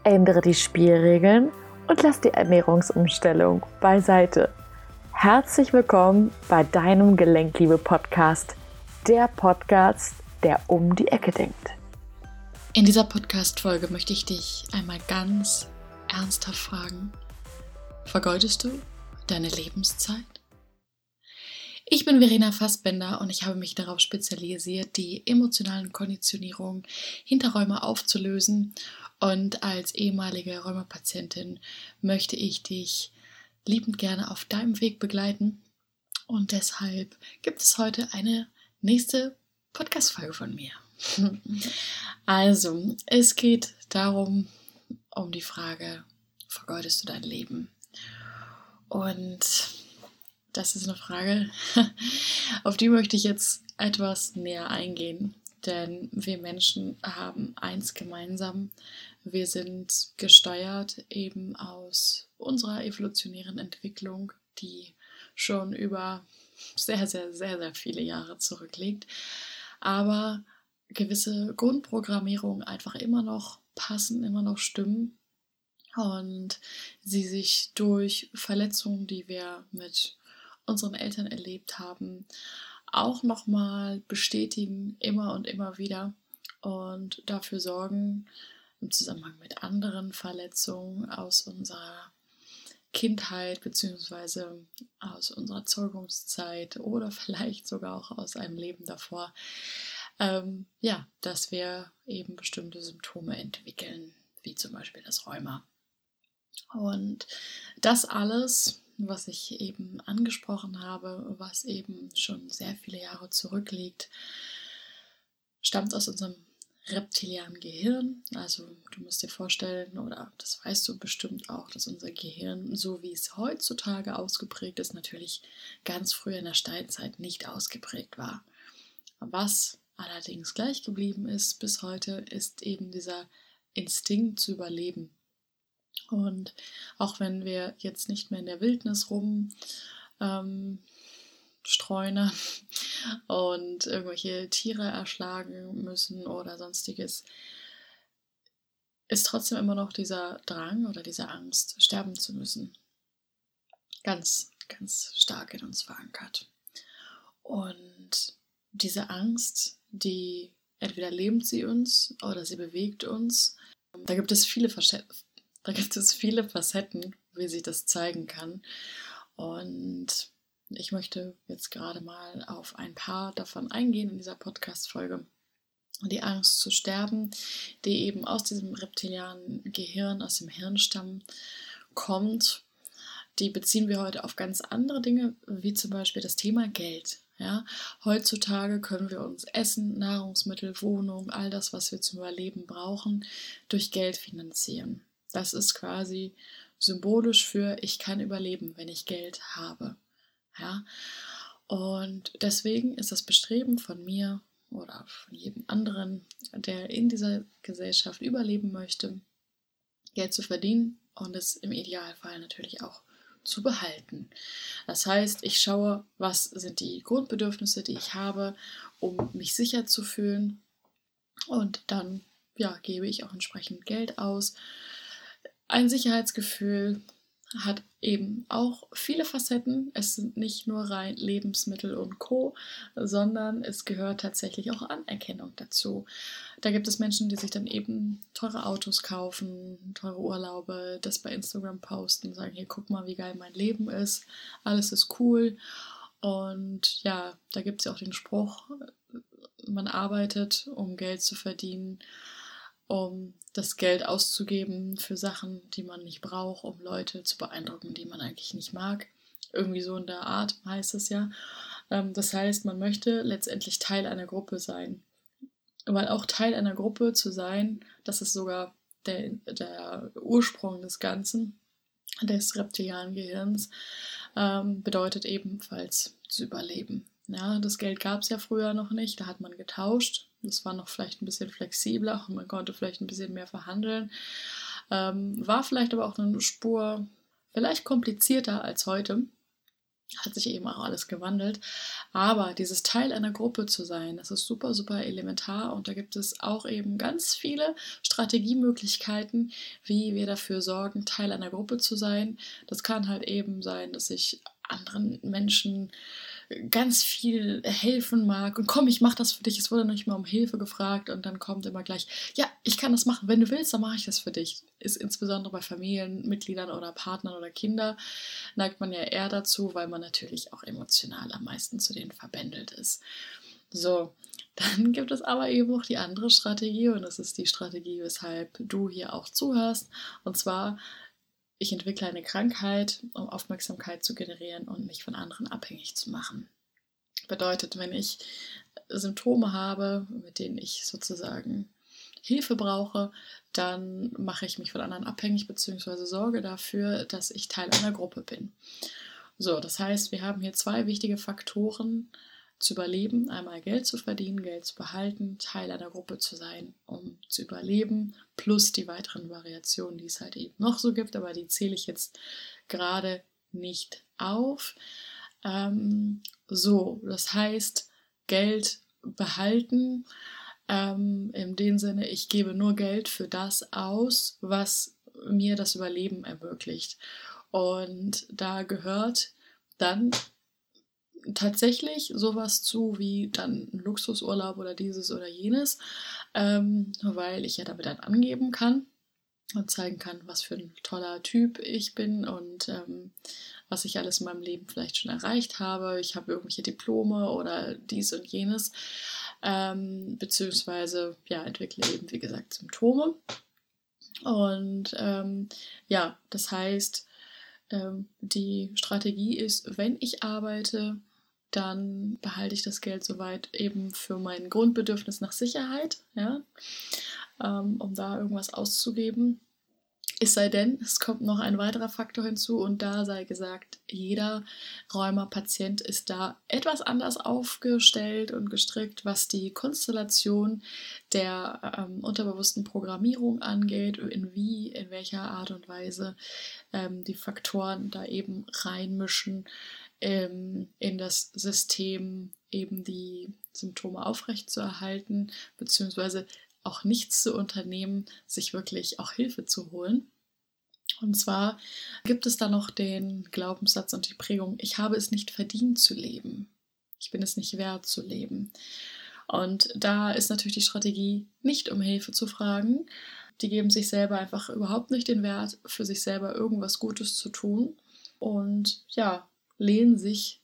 Ändere die Spielregeln und lass die Ernährungsumstellung beiseite. Herzlich willkommen bei deinem Gelenkliebe-Podcast, der Podcast, der um die Ecke denkt. In dieser Podcast-Folge möchte ich dich einmal ganz ernsthaft fragen: Vergeudest du deine Lebenszeit? Ich bin Verena Fassbender und ich habe mich darauf spezialisiert, die emotionalen Konditionierungen hinter Rheuma aufzulösen. Und als ehemalige Rheuma-Patientin möchte ich dich liebend gerne auf deinem Weg begleiten. Und deshalb gibt es heute eine nächste Podcast-Folge von mir. Also, es geht darum, um die Frage: Vergeudest du dein Leben? Und das ist eine Frage, auf die möchte ich jetzt etwas näher eingehen. Denn wir Menschen haben eins gemeinsam: Wir sind gesteuert eben aus unserer evolutionären Entwicklung, die schon über sehr, sehr, sehr, sehr viele Jahre zurückliegt. Aber gewisse Grundprogrammierungen einfach immer noch passen, immer noch stimmen. Und sie sich durch Verletzungen, die wir mit unseren Eltern erlebt haben, auch nochmal bestätigen, immer und immer wieder, und dafür sorgen, im Zusammenhang mit anderen Verletzungen aus unserer Kindheit bzw. aus unserer Zeugungszeit oder vielleicht sogar auch aus einem Leben davor, dass wir eben bestimmte Symptome entwickeln, wie zum Beispiel das Rheuma. Und das alles, was ich eben angesprochen habe, was eben schon sehr viele Jahre zurückliegt, stammt aus unserem reptilianen Gehirn. Also du musst dir vorstellen, oder das weißt du bestimmt auch, dass unser Gehirn, so wie es heutzutage ausgeprägt ist, natürlich ganz früher in der Steinzeit nicht ausgeprägt war. Was allerdings gleich geblieben ist bis heute, ist eben dieser Instinkt zu überleben. Und auch wenn wir jetzt nicht mehr in der Wildnis streunern und irgendwelche Tiere erschlagen müssen oder sonstiges, ist trotzdem immer noch dieser Drang oder diese Angst, sterben zu müssen, ganz, ganz stark in uns verankert. Und diese Angst, die entweder lähmt sie uns oder sie bewegt uns. Da gibt es viele Facetten, wie sich das zeigen kann. Und ich möchte jetzt gerade mal auf ein paar davon eingehen in dieser Podcast-Folge. Die Angst zu sterben, die eben aus diesem reptilianen Gehirn, aus dem Hirnstamm kommt, die beziehen wir heute auf ganz andere Dinge, wie zum Beispiel das Thema Geld. Ja, heutzutage können wir uns Essen, Nahrungsmittel, Wohnung, all das, was wir zum Überleben brauchen, durch Geld finanzieren. Das ist quasi symbolisch für: ich kann überleben, wenn ich Geld habe. Ja? Und deswegen ist das Bestreben von mir oder von jedem anderen, der in dieser Gesellschaft überleben möchte, Geld zu verdienen und es im Idealfall natürlich auch zu behalten. Das heißt, ich schaue, was sind die Grundbedürfnisse, die ich habe, um mich sicher zu fühlen, und dann gebe ich auch entsprechend Geld aus. Ein Sicherheitsgefühl hat eben auch viele Facetten. Es sind nicht nur rein Lebensmittel und Co., sondern es gehört tatsächlich auch Anerkennung dazu. Da gibt es Menschen, die sich dann eben teure Autos kaufen, teure Urlaube, das bei Instagram posten, sagen: hier, guck mal, wie geil mein Leben ist, alles ist cool. Und ja, da gibt es ja auch den Spruch: man arbeitet, um Geld zu verdienen, um das Geld auszugeben für Sachen, die man nicht braucht, um Leute zu beeindrucken, die man eigentlich nicht mag. Irgendwie so in der Art heißt es ja. Das heißt, man möchte letztendlich Teil einer Gruppe sein. Weil auch Teil einer Gruppe zu sein, das ist sogar der Ursprung des Ganzen, des reptilianen Gehirns, bedeutet ebenfalls zu überleben. Ja, das Geld gab es ja früher noch nicht, da hat man getauscht. Das war noch vielleicht ein bisschen flexibler und man konnte vielleicht ein bisschen mehr verhandeln. War vielleicht aber auch eine Spur vielleicht komplizierter als heute. hat sich eben auch alles gewandelt. Aber dieses Teil einer Gruppe zu sein, das ist super, super elementar und da gibt es auch eben ganz viele Strategiemöglichkeiten, wie wir dafür sorgen, Teil einer Gruppe zu sein. Das kann halt eben sein, dass ich anderen Menschen ganz viel helfen mag und komm, ich mache das für dich, es wurde noch nicht mal um Hilfe gefragt und dann kommt immer gleich, ja, ich kann das machen, wenn du willst, dann mache ich das für dich. Ist insbesondere bei Familienmitgliedern oder Partnern oder Kindern neigt man ja eher dazu, weil man natürlich auch emotional am meisten zu denen verbändelt ist. So, dann gibt es aber eben noch die andere Strategie und das ist die Strategie, weshalb du hier auch zuhörst und zwar ich entwickle eine Krankheit, um Aufmerksamkeit zu generieren und mich von anderen abhängig zu machen. Bedeutet, wenn ich Symptome habe, mit denen ich sozusagen Hilfe brauche, dann mache ich mich von anderen abhängig bzw. sorge dafür, dass ich Teil einer Gruppe bin. So, das heißt, wir haben hier zwei wichtige Faktoren zu überleben. Einmal Geld zu verdienen, Geld zu behalten, Teil einer Gruppe zu sein, um zu überleben, plus die weiteren Variationen, die es halt eben noch so gibt, aber die zähle ich jetzt gerade nicht auf. So, das heißt, Geld behalten, in dem Sinne, ich gebe nur Geld für das aus, was mir das Überleben ermöglicht. Und da gehört dann tatsächlich sowas zu wie dann ein Luxusurlaub oder dieses oder jenes, weil ich ja damit dann angeben kann und zeigen kann, was für ein toller Typ ich bin und was ich alles in meinem Leben vielleicht schon erreicht habe. Ich habe irgendwelche Diplome oder dies und jenes, beziehungsweise ja, entwickle eben, wie gesagt, Symptome. Und ja, das heißt, die Strategie ist, wenn ich arbeite, dann behalte ich das Geld soweit eben für mein Grundbedürfnis nach Sicherheit, ja, um da irgendwas auszugeben. Es sei denn, es kommt noch ein weiterer Faktor hinzu und da sei gesagt, jeder Rheuma-Patient ist da etwas anders aufgestellt und gestrickt, was die Konstellation der unterbewussten Programmierung angeht, in welcher Art und Weise die Faktoren da eben reinmischen in das System, eben die Symptome aufrechtzuerhalten, beziehungsweise auch nichts zu unternehmen, sich wirklich auch Hilfe zu holen. Und zwar gibt es da noch den Glaubenssatz und die Prägung, ich habe es nicht verdient zu leben. Ich bin es nicht wert zu leben. Und da ist natürlich die Strategie, nicht um Hilfe zu fragen. Die geben sich selber einfach überhaupt nicht den Wert, für sich selber irgendwas Gutes zu tun. Und ja, lehnen sich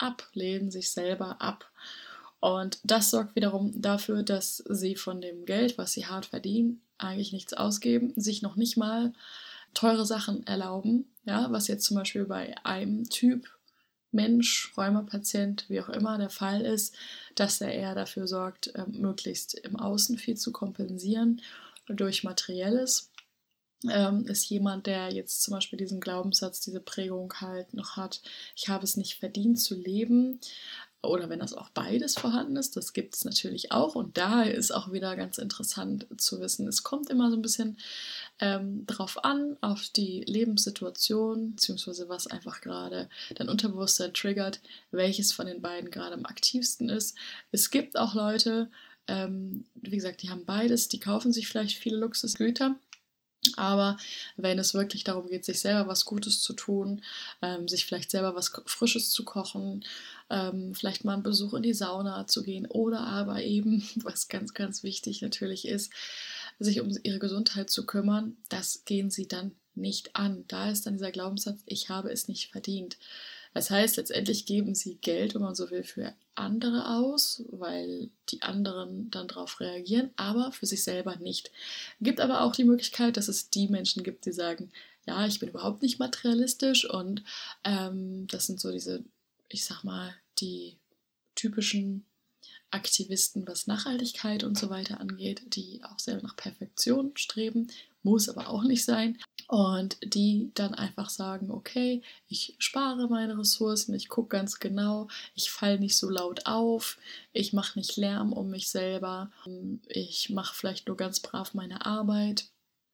selber ab. Und das sorgt wiederum dafür, dass sie von dem Geld, was sie hart verdienen, eigentlich nichts ausgeben, sich noch nicht mal teure Sachen erlauben, ja, was jetzt zum Beispiel bei einem Typ Mensch, Rheumapatient, wie auch immer der Fall ist, dass er eher dafür sorgt, möglichst im Außen viel zu kompensieren durch Materielles. Ist jemand, der jetzt zum Beispiel diesen Glaubenssatz, diese Prägung halt noch hat, ich habe es nicht verdient zu leben, oder wenn das auch beides vorhanden ist, das gibt es natürlich auch und da ist auch wieder ganz interessant zu wissen, es kommt immer so ein bisschen drauf an, auf die Lebenssituation, beziehungsweise was einfach gerade dein Unterbewusstsein triggert, welches von den beiden gerade am aktivsten ist. Es gibt auch Leute, wie gesagt, die haben beides, die kaufen sich vielleicht viele Luxusgüter, aber wenn es wirklich darum geht, sich selber was Gutes zu tun, sich vielleicht selber was Frisches zu kochen, vielleicht mal einen Besuch in die Sauna zu gehen oder aber eben, was ganz, ganz wichtig natürlich ist, sich um ihre Gesundheit zu kümmern, das gehen sie dann nicht an. Da ist dann dieser Glaubenssatz, ich habe es nicht verdient. Das heißt, letztendlich geben sie Geld, wenn man so will, für andere aus, weil die anderen dann darauf reagieren, aber für sich selber nicht. Gibt aber auch die Möglichkeit, dass es die Menschen gibt, die sagen, ja, ich bin überhaupt nicht materialistisch und das sind so diese, ich sag mal, die typischen Aktivisten, was Nachhaltigkeit und so weiter angeht, die auch sehr nach Perfektion streben, muss aber auch nicht sein. Und die dann einfach sagen, okay, ich spare meine Ressourcen, ich gucke ganz genau, ich falle nicht so laut auf, ich mache nicht Lärm um mich selber, ich mache vielleicht nur ganz brav meine Arbeit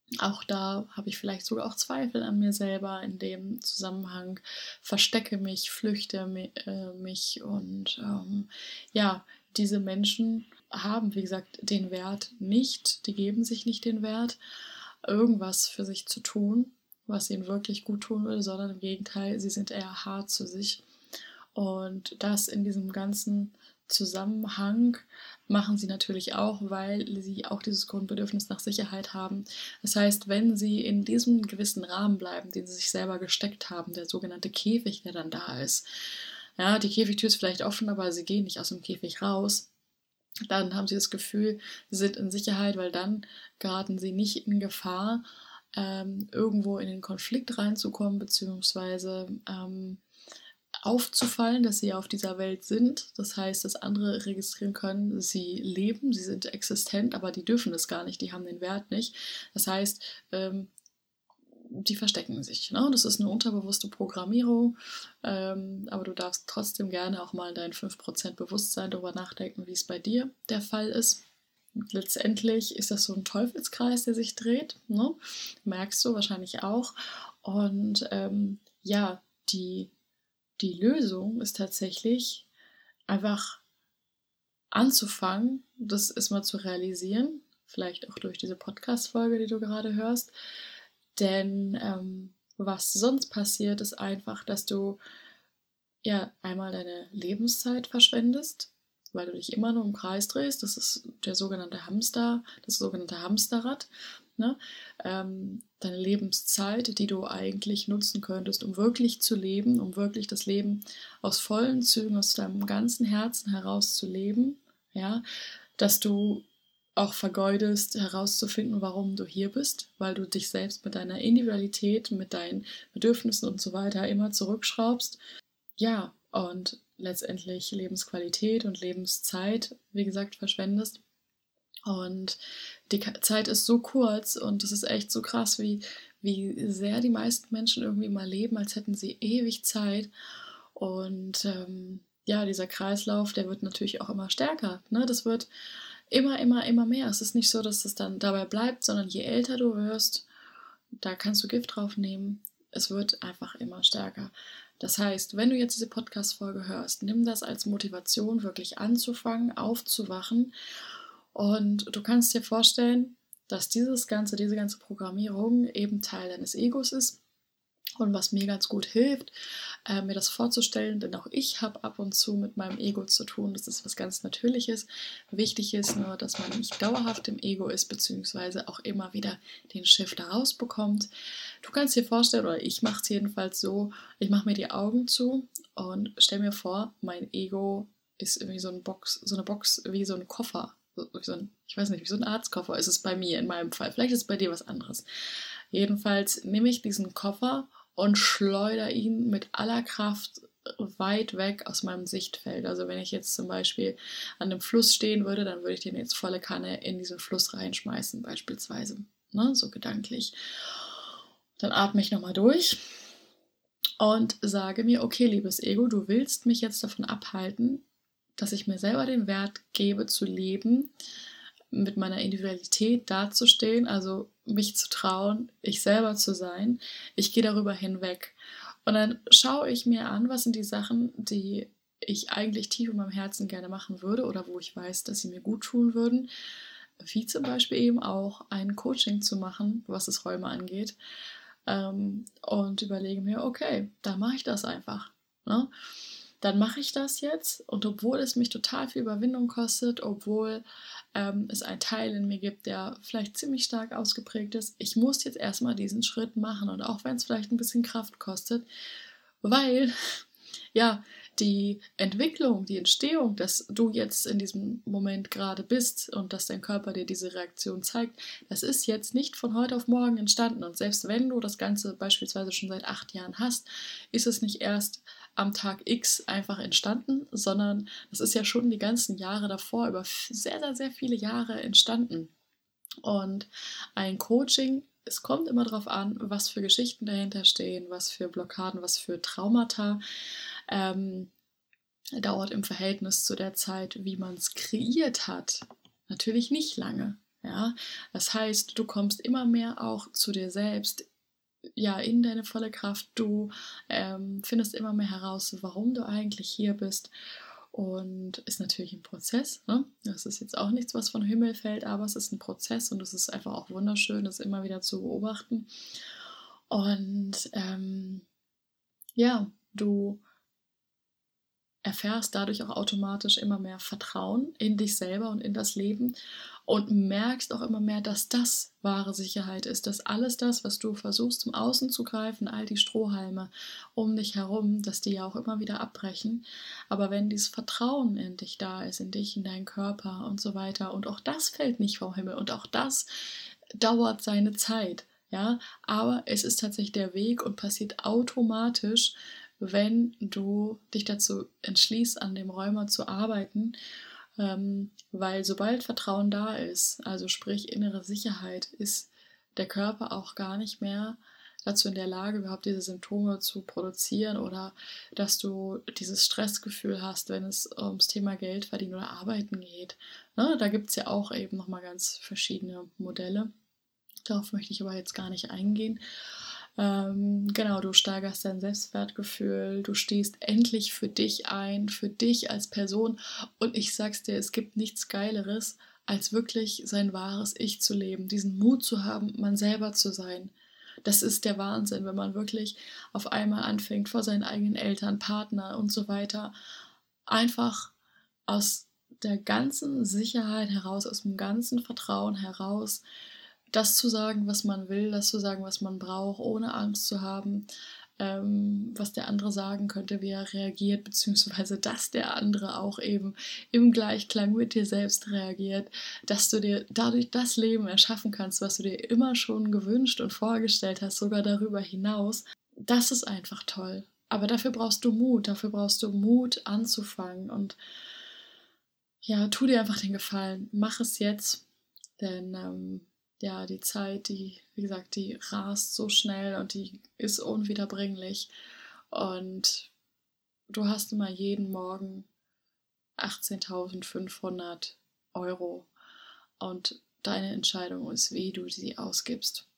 Auch da habe ich vielleicht sogar auch Zweifel an mir selber in dem Zusammenhang, verstecke mich, flüchte mich und ja, diese Menschen haben, wie gesagt, den Wert nicht, die geben sich nicht den Wert, irgendwas für sich zu tun, was ihnen wirklich gut tun würde, sondern im Gegenteil, sie sind eher hart zu sich. Und das in diesem ganzen Zusammenhang machen sie natürlich auch, weil sie auch dieses Grundbedürfnis nach Sicherheit haben. Das heißt, wenn sie in diesem gewissen Rahmen bleiben, den sie sich selber gesteckt haben, der sogenannte Käfig, der dann da ist, ja, die Käfigtür ist vielleicht offen, aber sie gehen nicht aus dem Käfig raus, dann haben sie das Gefühl, sie sind in Sicherheit, weil dann geraten sie nicht in Gefahr, irgendwo in den Konflikt reinzukommen, beziehungsweise aufzufallen, dass sie auf dieser Welt sind. Das heißt, dass andere registrieren können, sie leben, sie sind existent, aber die dürfen das gar nicht, die haben den Wert nicht. Das heißt, die verstecken sich. Ne? Das ist eine unterbewusste Programmierung, aber du darfst trotzdem gerne auch mal in deinen 5% Bewusstsein darüber nachdenken, wie es bei dir der Fall ist. Letztendlich ist das so ein Teufelskreis, der sich dreht, ne? Merkst du wahrscheinlich auch. Und ja, die Lösung ist tatsächlich einfach anzufangen, das erstmal zu realisieren, vielleicht auch durch diese Podcast-Folge, die du gerade hörst. Denn was sonst passiert, ist einfach, dass du ja einmal deine Lebenszeit verschwendest, weil du dich immer nur im Kreis drehst. Das ist das sogenannte Hamsterrad. Ne? Deine Lebenszeit, die du eigentlich nutzen könntest, um wirklich zu leben, um wirklich das Leben aus vollen Zügen, aus deinem ganzen Herzen heraus zu leben, ja, dass du auch vergeudest, herauszufinden, warum du hier bist, weil du dich selbst mit deiner Individualität, mit deinen Bedürfnissen und so weiter immer zurückschraubst. Ja, und letztendlich Lebensqualität und Lebenszeit, wie gesagt, verschwendest. Und die Zeit ist so kurz und es ist echt so krass, wie sehr die meisten Menschen irgendwie mal leben, als hätten sie ewig Zeit. Und ja, dieser Kreislauf, der wird natürlich auch immer stärker. Ne? Das wird immer mehr. Es ist nicht so, dass es dann dabei bleibt, sondern je älter du wirst, da kannst du Gift drauf nehmen. Es wird einfach immer stärker. Das heißt, wenn du jetzt diese Podcast-Folge hörst, nimm das als Motivation, wirklich anzufangen, aufzuwachen. Und du kannst dir vorstellen, dass diese ganze Programmierung eben Teil deines Egos ist. Und was mir ganz gut hilft, mir das vorzustellen, denn auch ich habe ab und zu mit meinem Ego zu tun. Das ist was ganz Natürliches. Wichtig ist nur, dass man nicht dauerhaft im Ego ist, beziehungsweise auch immer wieder den Shift da rausbekommt. Du kannst dir vorstellen, oder ich mache es jedenfalls so, ich mache mir die Augen zu und stelle mir vor, mein Ego ist irgendwie so eine Box wie so ein Koffer. Ich weiß nicht, wie so ein Arztkoffer ist es bei mir in meinem Fall. Vielleicht ist es bei dir was anderes. Jedenfalls nehme ich diesen Koffer und schleudere ihn mit aller Kraft weit weg aus meinem Sichtfeld. Also wenn ich jetzt zum Beispiel an einem Fluss stehen würde, dann würde ich den jetzt volle Kanne in diesen Fluss reinschmeißen beispielsweise. Ne? So gedanklich. Dann atme ich nochmal durch und sage mir, okay, liebes Ego, du willst mich jetzt davon abhalten, dass ich mir selber den Wert gebe, zu leben, mit meiner Individualität dazustehen, also mich zu trauen, ich selber zu sein. Ich gehe darüber hinweg. Und dann schaue ich mir an, was sind die Sachen, die ich eigentlich tief in meinem Herzen gerne machen würde oder wo ich weiß, dass sie mir gut tun würden. Wie zum Beispiel eben auch ein Coaching zu machen, was das Räume angeht. Und überlege mir, okay, dann mache ich das einfach. Ne? Dann mache ich das jetzt und obwohl es mich total viel Überwindung kostet, obwohl es einen Teil in mir gibt, der vielleicht ziemlich stark ausgeprägt ist, ich muss jetzt erstmal diesen Schritt machen und auch wenn es vielleicht ein bisschen Kraft kostet, weil ja, die Entwicklung, die Entstehung, dass du jetzt in diesem Moment gerade bist und dass dein Körper dir diese Reaktion zeigt, das ist jetzt nicht von heute auf morgen entstanden. Und selbst wenn du das Ganze beispielsweise schon seit 8 Jahren hast, ist es nicht erst am Tag X einfach entstanden, sondern das ist ja schon die ganzen Jahre davor, über sehr, sehr, sehr viele Jahre entstanden. Und ein Coaching, es kommt immer darauf an, was für Geschichten dahinter stehen, was für Blockaden, was für Traumata, dauert im Verhältnis zu der Zeit, wie man es kreiert hat, natürlich nicht lange. Ja, das heißt, du kommst immer mehr auch zu dir selbst, ja, in deine volle Kraft. Du findest immer mehr heraus, warum du eigentlich hier bist. Und ist natürlich ein Prozess. Ne? Das ist jetzt auch nichts, was vom Himmel fällt, aber es ist ein Prozess und es ist einfach auch wunderschön, das immer wieder zu beobachten. Und ja, du erfährst dadurch auch automatisch immer mehr Vertrauen in dich selber und in das Leben und merkst auch immer mehr, dass das wahre Sicherheit ist, dass alles das, was du versuchst zum Außen zu greifen, all die Strohhalme um dich herum, dass die ja auch immer wieder abbrechen. Aber wenn dieses Vertrauen in dich da ist, in dich, in deinen Körper und so weiter, und auch das fällt nicht vom Himmel und auch das dauert seine Zeit, ja, aber es ist tatsächlich der Weg und passiert automatisch, wenn du dich dazu entschließt, an dem Rheuma zu arbeiten, weil sobald Vertrauen da ist, also sprich innere Sicherheit, ist der Körper auch gar nicht mehr dazu in der Lage, überhaupt diese Symptome zu produzieren oder dass du dieses Stressgefühl hast, wenn es ums Thema Geld verdienen oder arbeiten geht. Ne? Da gibt es ja auch eben nochmal ganz verschiedene Modelle. Darauf möchte ich aber jetzt gar nicht eingehen. Genau, du steigerst dein Selbstwertgefühl, du stehst endlich für dich ein, für dich als Person, und ich sag's dir, es gibt nichts Geileres, als wirklich sein wahres Ich zu leben, diesen Mut zu haben, man selber zu sein. Das ist der Wahnsinn, wenn man wirklich auf einmal anfängt, vor seinen eigenen Eltern, Partner und so weiter, einfach aus der ganzen Sicherheit heraus, aus dem ganzen Vertrauen heraus, das zu sagen, was man will, das zu sagen, was man braucht, ohne Angst zu haben, was der andere sagen könnte, wie er reagiert, beziehungsweise dass der andere auch eben im Gleichklang mit dir selbst reagiert, dass du dir dadurch das Leben erschaffen kannst, was du dir immer schon gewünscht und vorgestellt hast, sogar darüber hinaus. Das ist einfach toll. Aber dafür brauchst du Mut anzufangen, und ja, tu dir einfach den Gefallen, mach es jetzt, denn ja, die Zeit, die, wie gesagt, die rast so schnell und die ist unwiederbringlich. Und du hast immer jeden Morgen 18.500 Euro. Und deine Entscheidung ist, wie du sie ausgibst.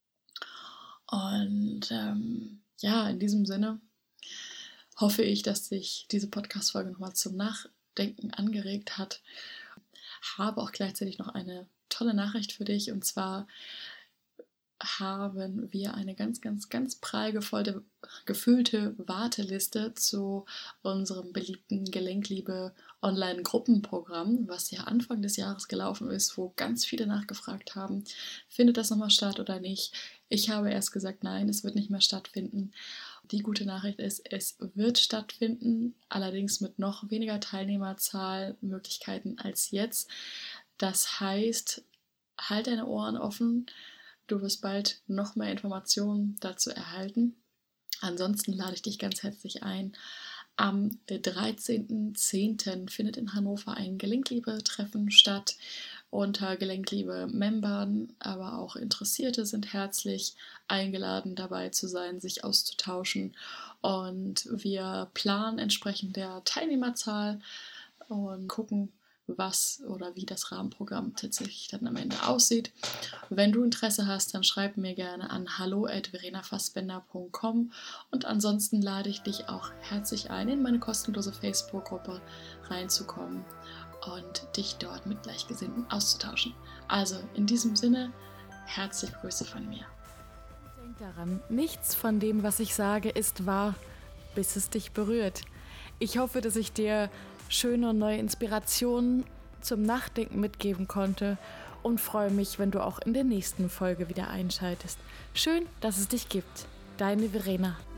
Und ja, in diesem Sinne hoffe ich, dass dich diese Podcast-Folge nochmal zum Nachdenken angeregt hat. Habe auch gleichzeitig noch eine tolle Nachricht für dich, und zwar haben wir eine ganz, ganz, ganz prall gefüllte Warteliste zu unserem beliebten Gelenkliebe Online-Gruppenprogramm, was ja Anfang des Jahres gelaufen ist, wo ganz viele nachgefragt haben, findet das nochmal statt oder nicht? Ich habe erst gesagt, nein, es wird nicht mehr stattfinden. Die gute Nachricht ist, es wird stattfinden, allerdings mit noch weniger Teilnehmerzahlmöglichkeiten als jetzt. Das heißt, halt deine Ohren offen, du wirst bald noch mehr Informationen dazu erhalten. Ansonsten lade ich dich ganz herzlich ein. Am 13.10. findet in Hannover ein Gelenkliebe-Treffen statt unter Gelenkliebe-Membern, aber auch Interessierte sind herzlich eingeladen, dabei zu sein, sich auszutauschen. Und wir planen entsprechend der Teilnehmerzahl und gucken, was oder wie das Rahmenprogramm tatsächlich dann am Ende aussieht. Wenn du Interesse hast, dann schreib mir gerne an hallo@verenafassbender.com, und ansonsten lade ich dich auch herzlich ein, in meine kostenlose Facebook-Gruppe reinzukommen und dich dort mit Gleichgesinnten auszutauschen. Also in diesem Sinne, herzliche Grüße von mir. Denk daran, nichts von dem, was ich sage, ist wahr, bis es dich berührt. Ich hoffe, dass ich dir schöne und neue Inspirationen zum Nachdenken mitgeben konnte und freue mich, wenn du auch in der nächsten Folge wieder einschaltest. Schön, dass es dich gibt. Deine Verena.